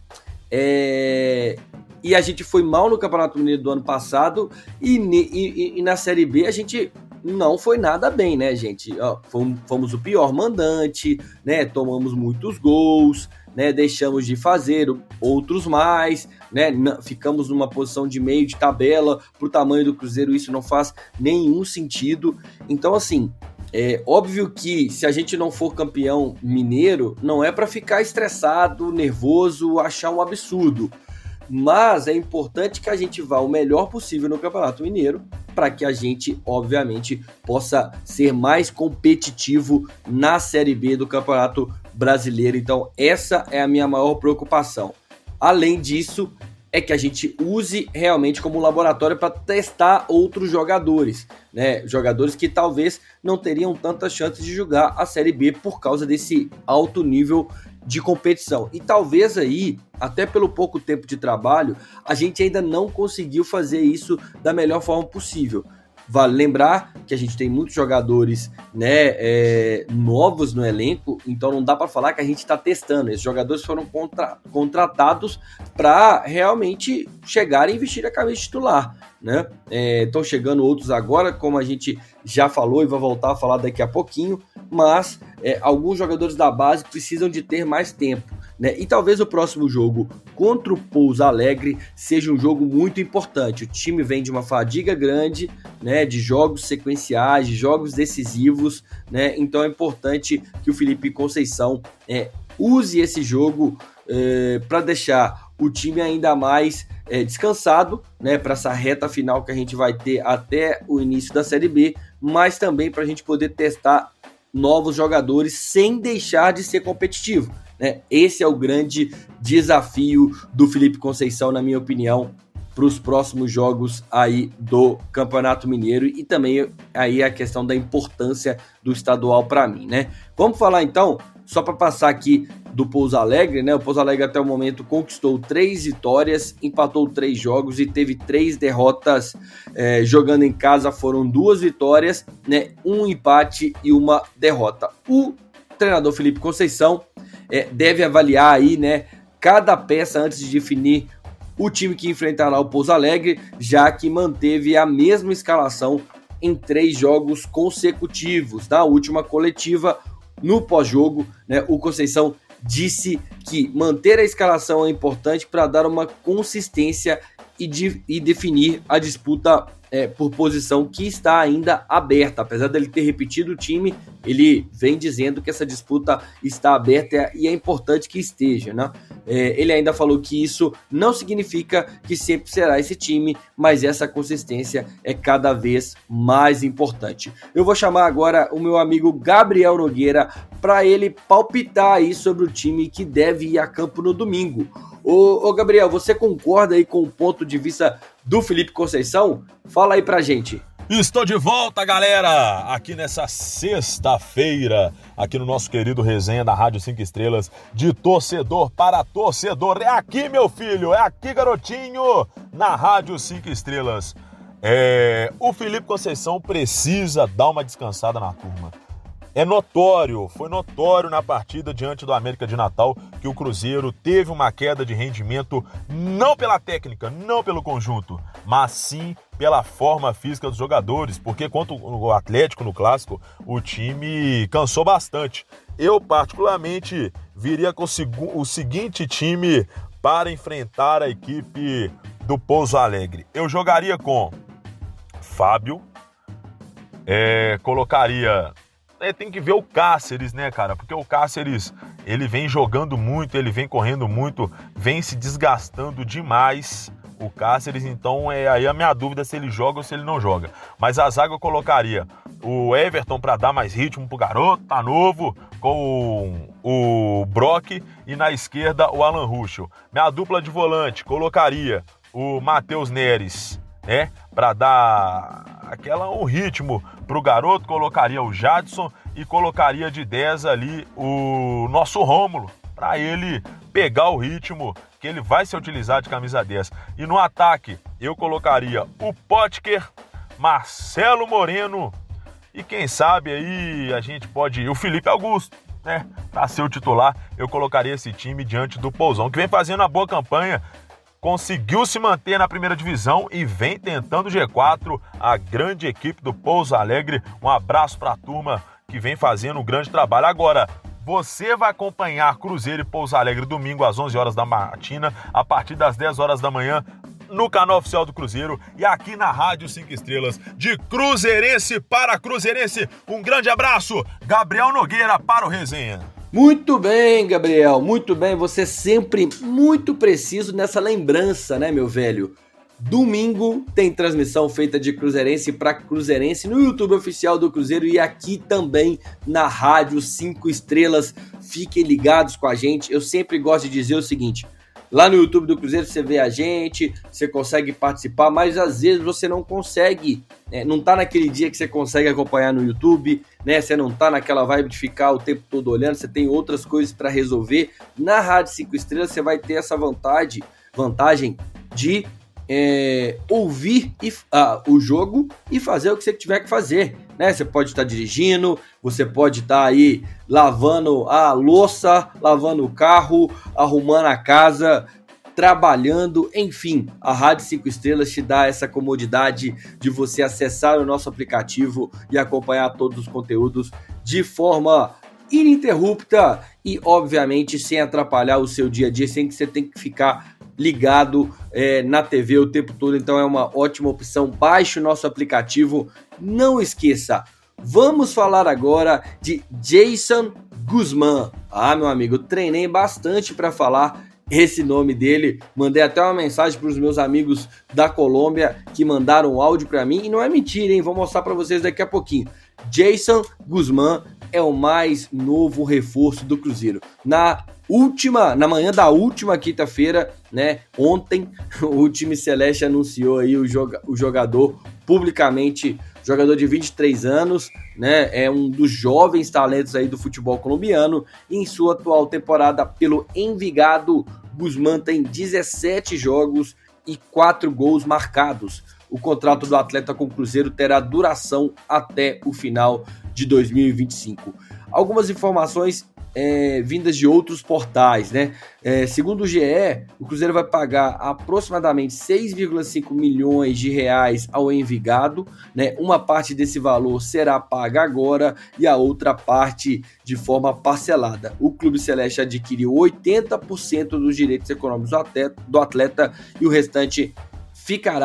Speaker 2: É... E a gente foi mal no Campeonato Mineiro do ano passado e, e, e na Série B a gente não foi nada bem, né, gente? Ó, fomos, fomos o pior mandante, né? Tomamos muitos gols, né? Deixamos de fazer outros mais, né? Ficamos numa posição de meio de tabela. Pro tamanho do Cruzeiro isso não faz nenhum sentido. Então, assim, é óbvio que se a gente não for campeão mineiro, não é para ficar estressado, nervoso, achar um absurdo. Mas é importante que a gente vá o melhor possível no Campeonato Mineiro para que a gente, obviamente, possa ser mais competitivo na Série B do Campeonato Brasileiro. Então, essa é a minha maior preocupação. Além disso, é que a gente use realmente como laboratório para testar outros jogadores, né? Jogadores que talvez não teriam tantas chances de jogar a Série B por causa desse alto nível de competição. E talvez aí, até pelo pouco tempo de trabalho, a gente ainda não conseguiu fazer isso da melhor forma possível. Vale lembrar que a gente tem muitos jogadores, né, é, novos no elenco, então não dá para falar que a gente está testando. Esses jogadores foram contra, contratados para realmente chegarem e vestir a camisa titular, né? Estão é, chegando outros agora, como a gente já falou e vai voltar a falar daqui a pouquinho, mas é, alguns jogadores da base precisam de ter mais tempo, né? E talvez o próximo jogo contra o Pouso Alegre seja um jogo muito importante. O time vem de uma fadiga grande, né, de jogos sequenciais, de jogos decisivos, né? Então é importante que o Felipe Conceição é, use esse jogo é, para deixar o time ainda mais é, descansado, né, para essa reta final que a gente vai ter até o início da Série B, mas também para a gente poder testar novos jogadores sem deixar de ser competitivo, né? Esse é o grande desafio do Felipe Conceição, na minha opinião, para os próximos jogos aí do Campeonato Mineiro e também aí a questão da importância do estadual para mim, né? Vamos falar então, só para passar aqui do Pouso Alegre, né? O Pouso Alegre até o momento conquistou três vitórias, empatou três jogos e teve três derrotas. É, jogando em casa foram duas vitórias, né? Um empate e uma derrota. O treinador Felipe Conceição é, deve avaliar aí, né, cada peça antes de definir o time que enfrentará o Pouso Alegre, já que manteve a mesma escalação em três jogos consecutivos. Na última coletiva, no pós-jogo, né, o Conceição disse que manter a escalação é importante para dar uma consistência e, de, e definir a disputa é, por posição que está ainda aberta. Apesar dele ter repetido o time, ele vem dizendo que essa disputa está aberta e é importante que esteja, né? É, ele ainda falou que isso não significa que sempre será esse time, mas essa consistência é cada vez mais importante. Eu vou chamar agora o meu amigo Gabriel Nogueira para ele palpitar aí sobre o time que deve ir a campo no domingo. Ô, ô Gabriel, você concorda aí com o ponto de vista do Felipe Conceição? Fala aí pra gente.
Speaker 4: Estou de volta, galera, aqui nessa sexta-feira, aqui no nosso querido Resenha da Rádio cinco Estrelas, de torcedor para torcedor. É aqui, meu filho, é aqui, garotinho, na Rádio cinco Estrelas. É, o Felipe Conceição precisa dar uma descansada na turma. É notório, foi notório na partida diante do América de Natal que o Cruzeiro teve uma queda de rendimento não pela técnica, não pelo conjunto, mas sim pela forma física dos jogadores, porque contra o Atlético no Clássico, o time cansou bastante. Eu, particularmente, viria com o seguinte time para enfrentar a equipe do Pouso Alegre. Eu jogaria com Fábio, é, colocaria... É, tem que ver o Cáceres, né, cara? Porque o Cáceres, ele vem jogando muito, ele vem correndo muito, vem se desgastando demais, o Cáceres. Então, é aí a minha dúvida se ele joga ou se ele não joga. Mas a zaga eu colocaria o Everton para dar mais ritmo pro garoto, tá novo, com o Brock, e na esquerda o Alan Ruschel. Minha dupla de volante, colocaria o Matheus Neres, né, para dar aquela, um ritmo pro garoto, colocaria o Jadson e colocaria de dez ali o nosso Rômulo, para ele pegar o ritmo que ele vai se utilizar de camisa dez. E no ataque eu colocaria o Potker, Marcelo Moreno e quem sabe aí a gente pode ir o Felipe Augusto, né, para ser o titular. Eu colocaria esse time diante do Pousão, que vem fazendo uma boa campanha, conseguiu se manter na primeira divisão e vem tentando o G quatro, a grande equipe do Pouso Alegre. Um abraço para a turma que vem fazendo um grande trabalho. Agora, você vai acompanhar Cruzeiro e Pouso Alegre domingo às onze horas da matina, a partir das dez horas da manhã, no canal oficial do Cruzeiro e aqui na Rádio cinco Estrelas, de Cruzeirense para Cruzeirense. Um grande abraço, Gabriel Nogueira para o Resenha.
Speaker 2: Muito bem, Gabriel, muito bem, você sempre muito preciso nessa lembrança, né, meu velho? Domingo tem transmissão feita de Cruzeirense para Cruzeirense no YouTube oficial do Cruzeiro e aqui também na Rádio cinco Estrelas. Fiquem ligados com a gente. Eu sempre gosto de dizer o seguinte: lá no YouTube do Cruzeiro você vê a gente, você consegue participar, mas às vezes você não consegue, né? Não tá naquele dia que você consegue acompanhar no YouTube, né? Você não tá naquela vibe de ficar o tempo todo olhando, você tem outras coisas para resolver. Na Rádio cinco Estrelas você vai ter essa vantagem, vantagem de é, ouvir e, ah, o jogo e fazer o que você tiver que fazer, né? Você pode estar dirigindo, você pode estar aí lavando a louça, lavando o carro, arrumando a casa, trabalhando, enfim, a Rádio cinco Estrelas te dá essa comodidade de você acessar o nosso aplicativo e acompanhar todos os conteúdos de forma ininterrupta e, obviamente, sem atrapalhar o seu dia a dia, sem que você tenha que ficar ligado é, na T V o tempo todo. Então é uma ótima opção. Baixe o nosso aplicativo. Não esqueça, vamos falar agora de Jason Guzmán. Ah, meu amigo, treinei bastante para falar esse nome dele. Mandei até uma mensagem para os meus amigos da Colômbia que mandaram um áudio para mim. E não é mentira, hein? Vou mostrar para vocês daqui a pouquinho. Jason Guzmán é o mais novo reforço do Cruzeiro. Na última, na manhã da última quinta-feira, né, ontem, o time celeste anunciou aí o, joga, o jogador publicamente, jogador de vinte e três anos, né, é um dos jovens talentos aí do futebol colombiano. Em sua atual temporada pelo Envigado, Guzmán tem dezessete jogos e quatro gols marcados. O contrato do atleta com o Cruzeiro terá duração até o final de dois mil e vinte e cinco. Algumas informações É, vindas de outros portais, né? É, segundo o G E, o Cruzeiro vai pagar aproximadamente seis vírgula cinco milhões de reais ao Envigado, né? Uma parte desse valor será paga agora e a outra parte de forma parcelada. O Clube Celeste adquiriu oitenta por cento dos direitos econômicos do atleta, do atleta e o restante ficará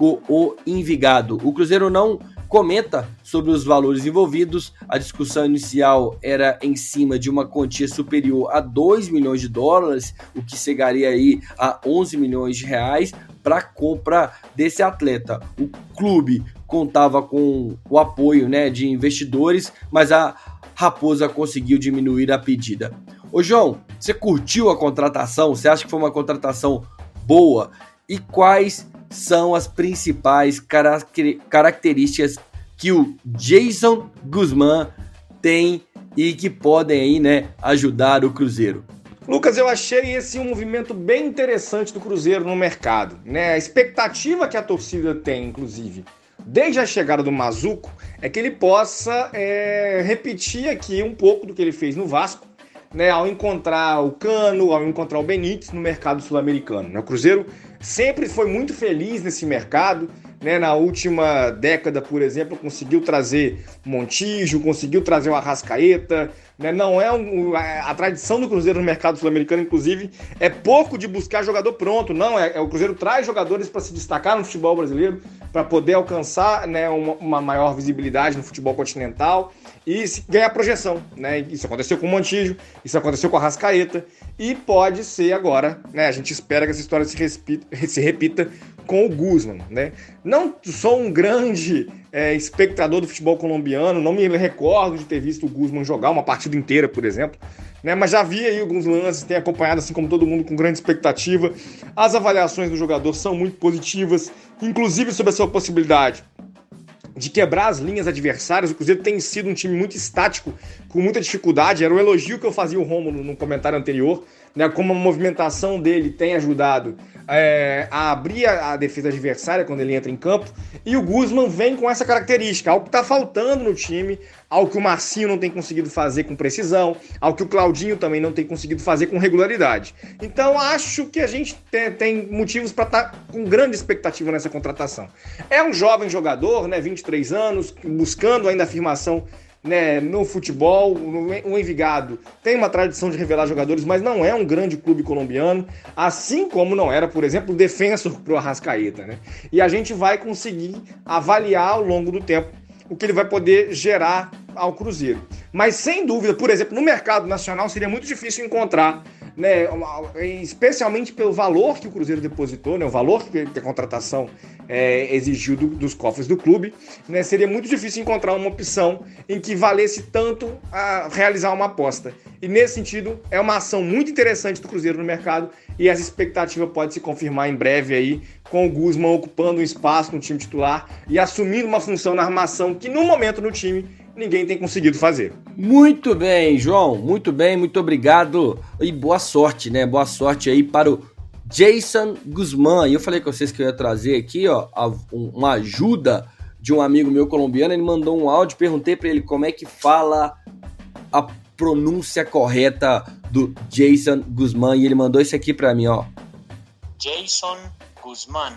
Speaker 2: buscou o Envigado. O Cruzeiro não comenta sobre os valores envolvidos. A discussão inicial era em cima de uma quantia superior a dois milhões de dólares, o que chegaria aí a onze milhões de reais para a compra desse atleta. O clube contava com o apoio, né, de investidores, mas a Raposa conseguiu diminuir a pedida. Ô João, você curtiu a contratação? Você acha que foi uma contratação boa? E quais são as principais características que o Jason Guzmán tem e que podem aí, né, ajudar o Cruzeiro?
Speaker 3: Lucas, eu achei esse um movimento bem interessante do Cruzeiro no mercado, né? A expectativa que a torcida tem, inclusive, desde a chegada do Mazuco, é que ele possa é, repetir aqui um pouco do que ele fez no Vasco, né, ao encontrar o Cano, ao encontrar o Benítez no mercado sul-americano, né? O Cruzeiro sempre foi muito feliz nesse mercado, né? Na última década, por exemplo, conseguiu trazer Montijo, conseguiu trazer o Arrascaeta, né? Não é um, a, a tradição do Cruzeiro no mercado sul-americano, inclusive, é pouco de buscar jogador pronto, não, é, é o Cruzeiro traz jogadores para se destacar no futebol brasileiro, para poder alcançar, né, uma, uma maior visibilidade no futebol continental e ganhar projeção, né? Isso aconteceu com o Montijo, isso aconteceu com a Arrascaeta e pode ser agora, né? A gente espera que essa história se, respita, se repita com o Guzmán, né? Não sou um grande é, espectador do futebol colombiano, não me recordo de ter visto o Guzmán jogar uma partida inteira, por exemplo, né? Mas já vi aí alguns lances, tenho acompanhado, assim como todo mundo, com grande expectativa. As avaliações do jogador são muito positivas, inclusive sobre a sua possibilidade de quebrar as linhas adversárias. O Cruzeiro tem sido um time muito estático, com muita dificuldade. Era o elogio que eu fazia o Rômulo no comentário anterior, né? Como a movimentação dele tem ajudado é, a abrir a, a defesa adversária quando ele entra em campo. E o Guzmán vem com essa característica, algo que está faltando no time, algo que o Marcinho não tem conseguido fazer com precisão, algo que o Claudinho também não tem conseguido fazer com regularidade. Então acho que a gente tem, tem motivos para estar tá com grande expectativa nessa contratação. É um jovem jogador, né, vinte e três anos, buscando ainda afirmação, né, no futebol. O Envigado tem uma tradição de revelar jogadores, mas não é um grande clube colombiano, assim como não era, por exemplo, o Defensor pro Arrascaeta, né? E a gente vai conseguir avaliar ao longo do tempo o que ele vai poder gerar ao Cruzeiro. Mas sem dúvida, por exemplo, no mercado nacional seria muito difícil encontrar, né, especialmente pelo valor que o Cruzeiro depositou, né, o valor que a contratação é, exigiu do, dos cofres do clube, né, seria muito difícil encontrar uma opção em que valesse tanto a realizar uma aposta. E nesse sentido, é uma ação muito interessante do Cruzeiro no mercado e essa expectativa pode se confirmar em breve aí, com o Guzmán ocupando um espaço no time titular e assumindo uma função na armação que no momento no time ninguém tem conseguido fazer.
Speaker 2: Muito bem, João, muito bem, muito obrigado e boa sorte, né? Boa sorte aí para o Jason Guzmán. E eu falei com vocês que eu ia trazer aqui, ó, uma ajuda de um amigo meu colombiano. Ele mandou um áudio, perguntei para ele como é que fala a pronúncia correta do Jason Guzmán e ele mandou isso aqui para mim, ó.
Speaker 8: Jason Guzmán.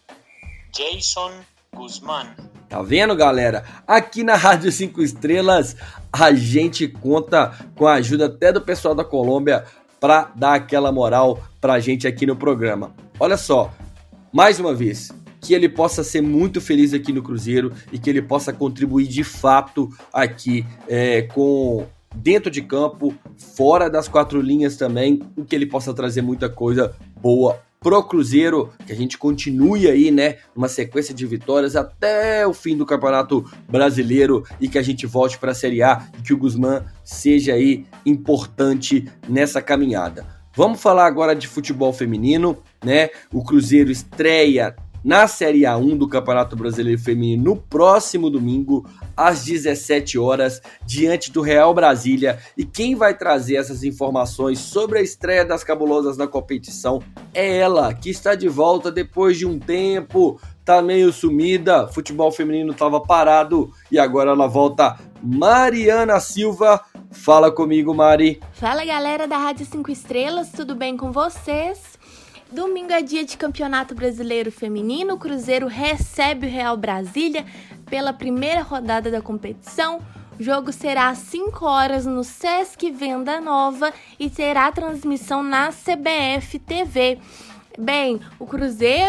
Speaker 8: Jason Guzmán.
Speaker 2: Tá vendo, galera? Aqui na Rádio cinco Estrelas, a gente conta com a ajuda até do pessoal da Colômbia para dar aquela moral pra gente aqui no programa. Olha só, mais uma vez, que ele possa ser muito feliz aqui no Cruzeiro e que ele possa contribuir de fato aqui é, com dentro de campo, fora das quatro linhas também, o que ele possa trazer muita coisa boa pro Cruzeiro, que a gente continue aí, né, numa sequência de vitórias até o fim do Campeonato Brasileiro e que a gente volte para a Série A e que o Guzmán seja aí importante nessa caminhada. Vamos falar agora de futebol feminino, né? O Cruzeiro estreia na Série A um do Campeonato Brasileiro Feminino no próximo domingo, às dezessete horas, diante do Real Brasília. E quem vai trazer essas informações sobre a estreia das cabulosas na competição é ela, que está de volta depois de um tempo, tá meio sumida, futebol feminino estava parado e agora ela volta. Mariana Silva, fala comigo, Mari.
Speaker 9: Fala, galera da Rádio cinco Estrelas, tudo bem com vocês? Domingo é dia de Campeonato Brasileiro Feminino, o Cruzeiro recebe o Real Brasília pela primeira rodada da competição. O jogo será às cinco horas no Sesc Venda Nova e terá transmissão na C B F T V. Bem, o Cruzeiro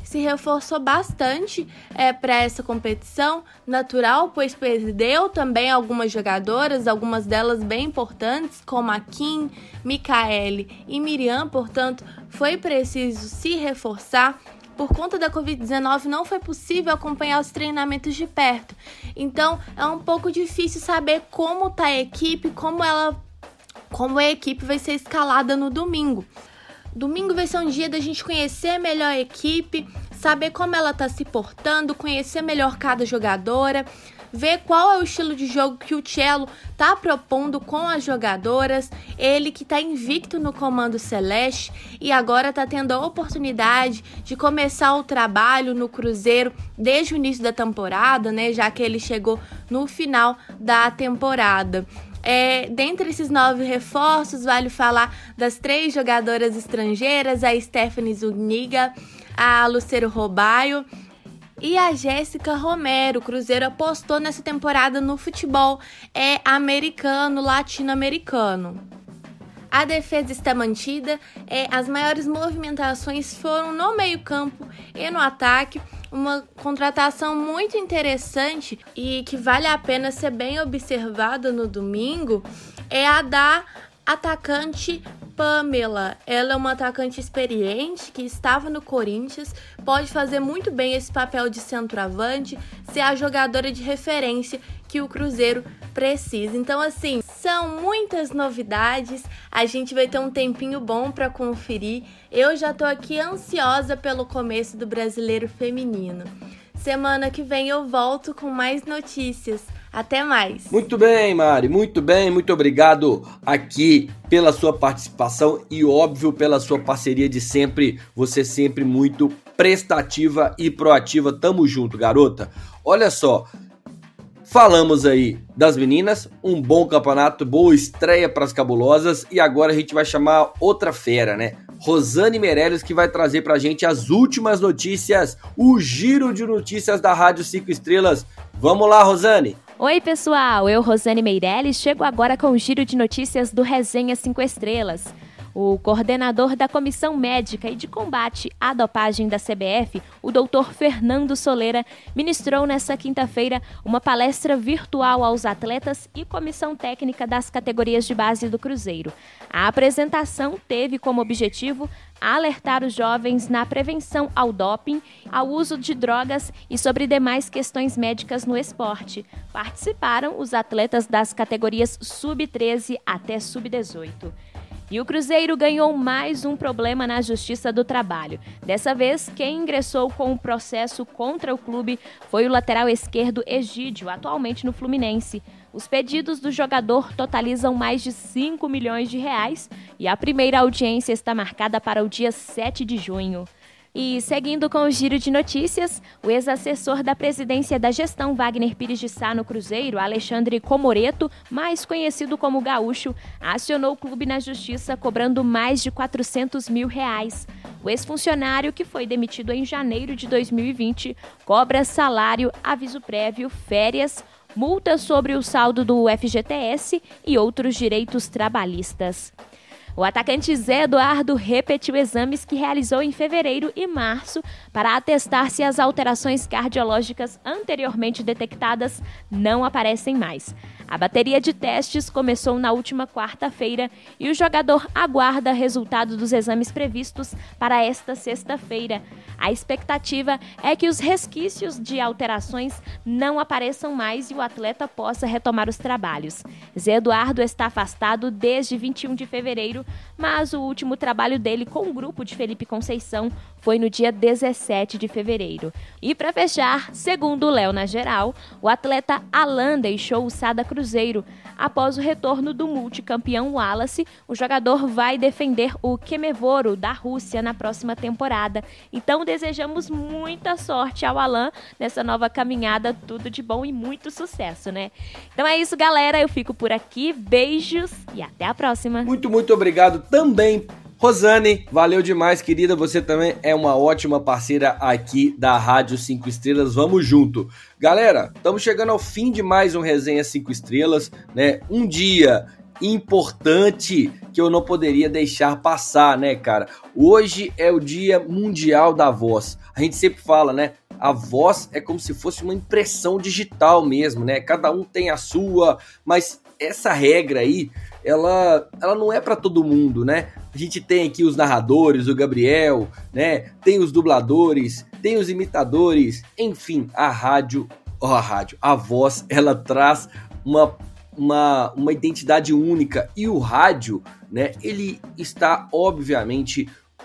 Speaker 9: se reforçou bastante é, para essa competição, natural, pois perdeu também algumas jogadoras, algumas delas bem importantes, como a Kim, Micaele e Miriam, portanto, foi preciso se reforçar. Por conta da covid dezenove, não foi possível acompanhar os treinamentos de perto. Então, é um pouco difícil saber como está a equipe, como, ela, como a equipe vai ser escalada no domingo. Domingo vai ser um dia da gente conhecer melhor a equipe, saber como ela está se portando, conhecer melhor cada jogadora, ver qual é o estilo de jogo que o Cello está propondo com as jogadoras, ele que está invicto no comando celeste e agora está tendo a oportunidade de começar o trabalho no Cruzeiro desde o início da temporada, né, já que ele chegou no final da temporada. É, dentre esses nove reforços, vale falar das três jogadoras estrangeiras, a Stephanie Zuniga, a Lucero Robaio e a Jéssica Romero. O Cruzeiro apostou nessa temporada no futebol é americano, latino-americano. A defesa está mantida, é, as maiores movimentações foram no meio-campo e no ataque. Uma contratação muito interessante e que vale a pena ser bem observada no domingo é a da atacante Pamela. Ela é uma atacante experiente que estava no Corinthians, pode fazer muito bem esse papel de centroavante, ser a jogadora de referência que o Cruzeiro precisa. Então, assim, são muitas novidades, a gente vai ter um tempinho bom para conferir. Eu já tô aqui ansiosa pelo começo do Brasileiro Feminino. Semana que vem eu volto com mais notícias. Até mais.
Speaker 2: Muito bem, Mari, muito bem, muito obrigado aqui pela sua participação e, óbvio, pela sua parceria de sempre. Você sempre muito prestativa e proativa. Tamo junto, garota. Olha só, falamos aí das meninas, um bom campeonato, boa estreia para as cabulosas e agora a gente vai chamar outra fera, né? Rosane Meirelles, que vai trazer pra gente as últimas notícias, o giro de notícias da Rádio cinco Estrelas. Vamos lá, Rosane!
Speaker 10: Oi, pessoal! Eu, Rosane Meirelles, chego agora com o giro de notícias do Resenha cinco Estrelas. O coordenador da Comissão Médica e de Combate à Dopagem da C B F, o doutor Fernando Soleira, ministrou nesta quinta-feira uma palestra virtual aos atletas e comissão técnica das categorias de base do Cruzeiro. A apresentação teve como objetivo alertar os jovens na prevenção ao doping, ao uso de drogas e sobre demais questões médicas no esporte. Participaram os atletas das categorias sub treze até sub dezoito. E o Cruzeiro ganhou mais um problema na Justiça do Trabalho. Dessa vez, quem ingressou com o processo contra o clube foi o lateral esquerdo Egídio, atualmente no Fluminense. Os pedidos do jogador totalizam mais de cinco milhões de reais e a primeira audiência está marcada para o dia sete de junho. E seguindo com o giro de notícias, o ex-assessor da presidência da gestão Wagner Pires de Sá no Cruzeiro, Alexandre Comoreto, mais conhecido como Gaúcho, acionou o clube na justiça cobrando mais de quatrocentos mil reais. O ex-funcionário, que foi demitido em janeiro de dois mil e vinte, cobra salário, aviso prévio, férias, multa sobre o saldo do F G T S e outros direitos trabalhistas. O atacante Zé Eduardo repetiu exames que realizou em fevereiro e março para atestar se as alterações cardiológicas anteriormente detectadas não aparecem mais. A bateria de testes começou na última quarta-feira e o jogador aguarda resultado dos exames previstos para esta sexta-feira. A expectativa é que os resquícios de alterações não apareçam mais e o atleta possa retomar os trabalhos. Zé Eduardo está afastado desde vinte e um de fevereiro, mas o último trabalho dele com o grupo de Felipe Conceição foi no dia dezessete de fevereiro. E para fechar, segundo o Léo na Geral, o atleta Alan deixou o Sada Cruzeiro. Após o retorno do multicampeão Wallace, o jogador vai defender o Kemevoro da Rússia na próxima temporada. Então desejamos muita sorte ao Alan nessa nova caminhada, tudo de bom e muito sucesso, né? Então é isso, galera, eu fico por aqui, beijos e até a próxima.
Speaker 2: Muito, muito obrigado também, Rosane, valeu demais, querida, você também é uma ótima parceira aqui da Rádio cinco Estrelas, vamos junto. Galera, estamos chegando ao fim de mais um Resenha cinco Estrelas, né? Um dia importante que eu não poderia deixar passar, né, cara? Hoje é o Dia Mundial da Voz. A gente sempre fala, né? A voz é como se fosse uma impressão digital mesmo, né? Cada um tem a sua, mas essa regra aí, ela, ela não é para todo mundo, né? A gente tem aqui os narradores, o Gabriel, né? Tem os dubladores, tem os imitadores, enfim, a rádio, ó, a rádio, a voz, ela traz uma, uma, uma identidade única, e o rádio, né? Ele está obviamente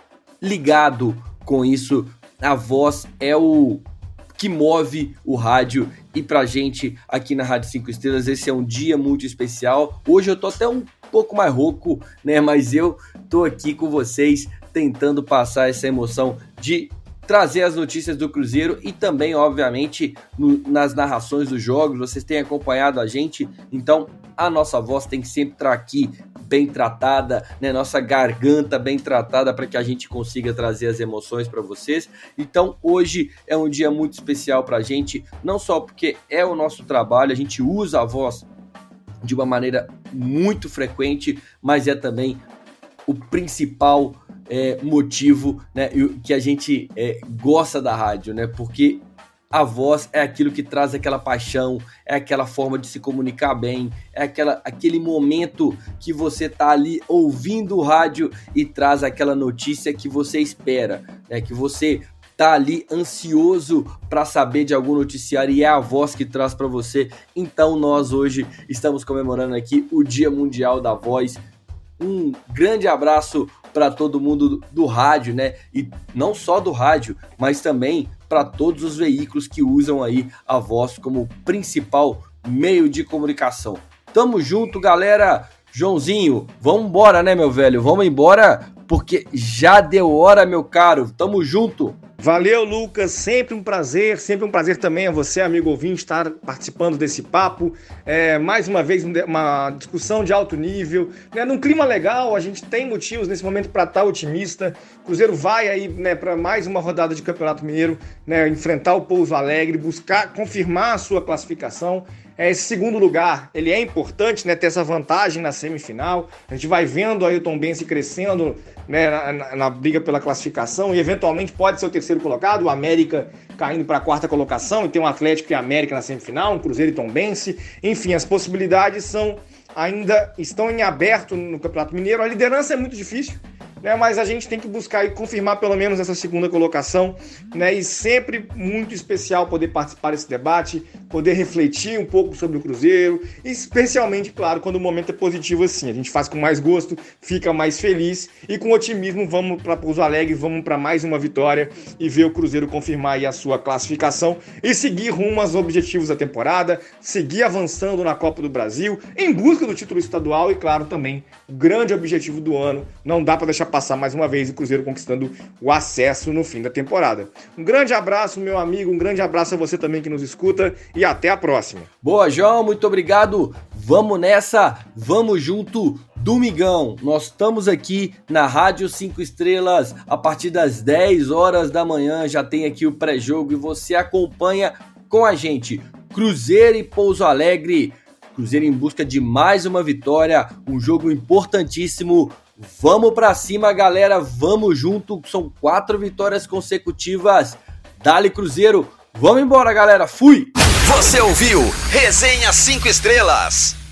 Speaker 2: ligado com isso. A voz é o que move o rádio, e pra gente aqui na Rádio cinco Estrelas esse é um dia muito especial. Hoje eu tô até um pouco mais rouco, né, mas eu tô aqui com vocês tentando passar essa emoção de trazer as notícias do Cruzeiro e também, obviamente, no, nas narrações dos jogos. Vocês têm acompanhado a gente, então a nossa voz tem que sempre estar aqui bem tratada, né? Nossa garganta bem tratada para que a gente consiga trazer as emoções para vocês. Então hoje é um dia muito especial para a gente, não só porque é o nosso trabalho, a gente usa a voz de uma maneira muito frequente, mas é também o principal é, motivo, né, que a gente é, gosta da rádio, né? Porque a voz é aquilo que traz aquela paixão, é aquela forma de se comunicar bem, é aquela, aquele momento que você tá ali ouvindo o rádio e traz aquela notícia que você espera, né? Que você tá ali ansioso para saber de algum noticiário e é a voz que traz para você. Então nós hoje estamos comemorando aqui o Dia Mundial da Voz. Um grande abraço para todo mundo do, do rádio, né? E não só do rádio, mas também para todos os veículos que usam aí a voz como principal meio de comunicação. Tamo junto, galera. Joãozinho, vamos embora, né, meu velho? Vamos embora, porque já deu hora, meu caro. Tamo junto.
Speaker 3: Valeu, Lucas, sempre um prazer, sempre um prazer também a você, amigo ouvinte, estar participando desse papo. É, mais uma vez, uma discussão de alto nível, né, num clima legal. A gente tem motivos nesse momento para estar otimista. O Cruzeiro vai aí, né, para mais uma rodada de Campeonato Mineiro, né, enfrentar o Pouso Alegre, buscar confirmar a sua classificação. É, esse segundo lugar, ele é importante, né, ter essa vantagem na semifinal. A gente vai vendo aí o Tombense crescendo, né, na, na, na briga pela classificação, e eventualmente pode ser o terceiro colocado, o América caindo para a quarta colocação, e tem um Atlético e América na semifinal, um Cruzeiro e Tombense. Enfim, as possibilidades são, ainda estão em aberto no Campeonato Mineiro. A liderança é muito difícil, né, mas a gente tem que buscar e confirmar pelo menos essa segunda colocação, né, e sempre muito especial poder participar desse debate, poder refletir um pouco sobre o Cruzeiro, especialmente, claro, quando o momento é positivo assim. A gente faz com mais gosto, fica mais feliz, e com otimismo vamos para Pouso Alegre, vamos para mais uma vitória e ver o Cruzeiro confirmar aí a sua classificação e seguir rumo aos objetivos da temporada, seguir avançando na Copa do Brasil, em busca do título estadual e, claro, também o grande objetivo do ano. Não dá para deixar passar mais uma vez o Cruzeiro conquistando o acesso no fim da temporada. Um grande abraço, meu amigo, um grande abraço a você também que nos escuta e até a próxima.
Speaker 2: Boa, João, muito obrigado. Vamos nessa, vamos junto, domingão. Nós estamos aqui na Rádio cinco Estrelas a partir das dez horas da manhã, já tem aqui o pré-jogo e você acompanha com a gente Cruzeiro e Pouso Alegre. Cruzeiro em busca de mais uma vitória, um jogo importantíssimo. Vamos pra cima, galera, vamos junto, são quatro vitórias consecutivas. Dale, Cruzeiro, vamos embora, galera, fui!
Speaker 1: Você ouviu Resenha cinco Estrelas.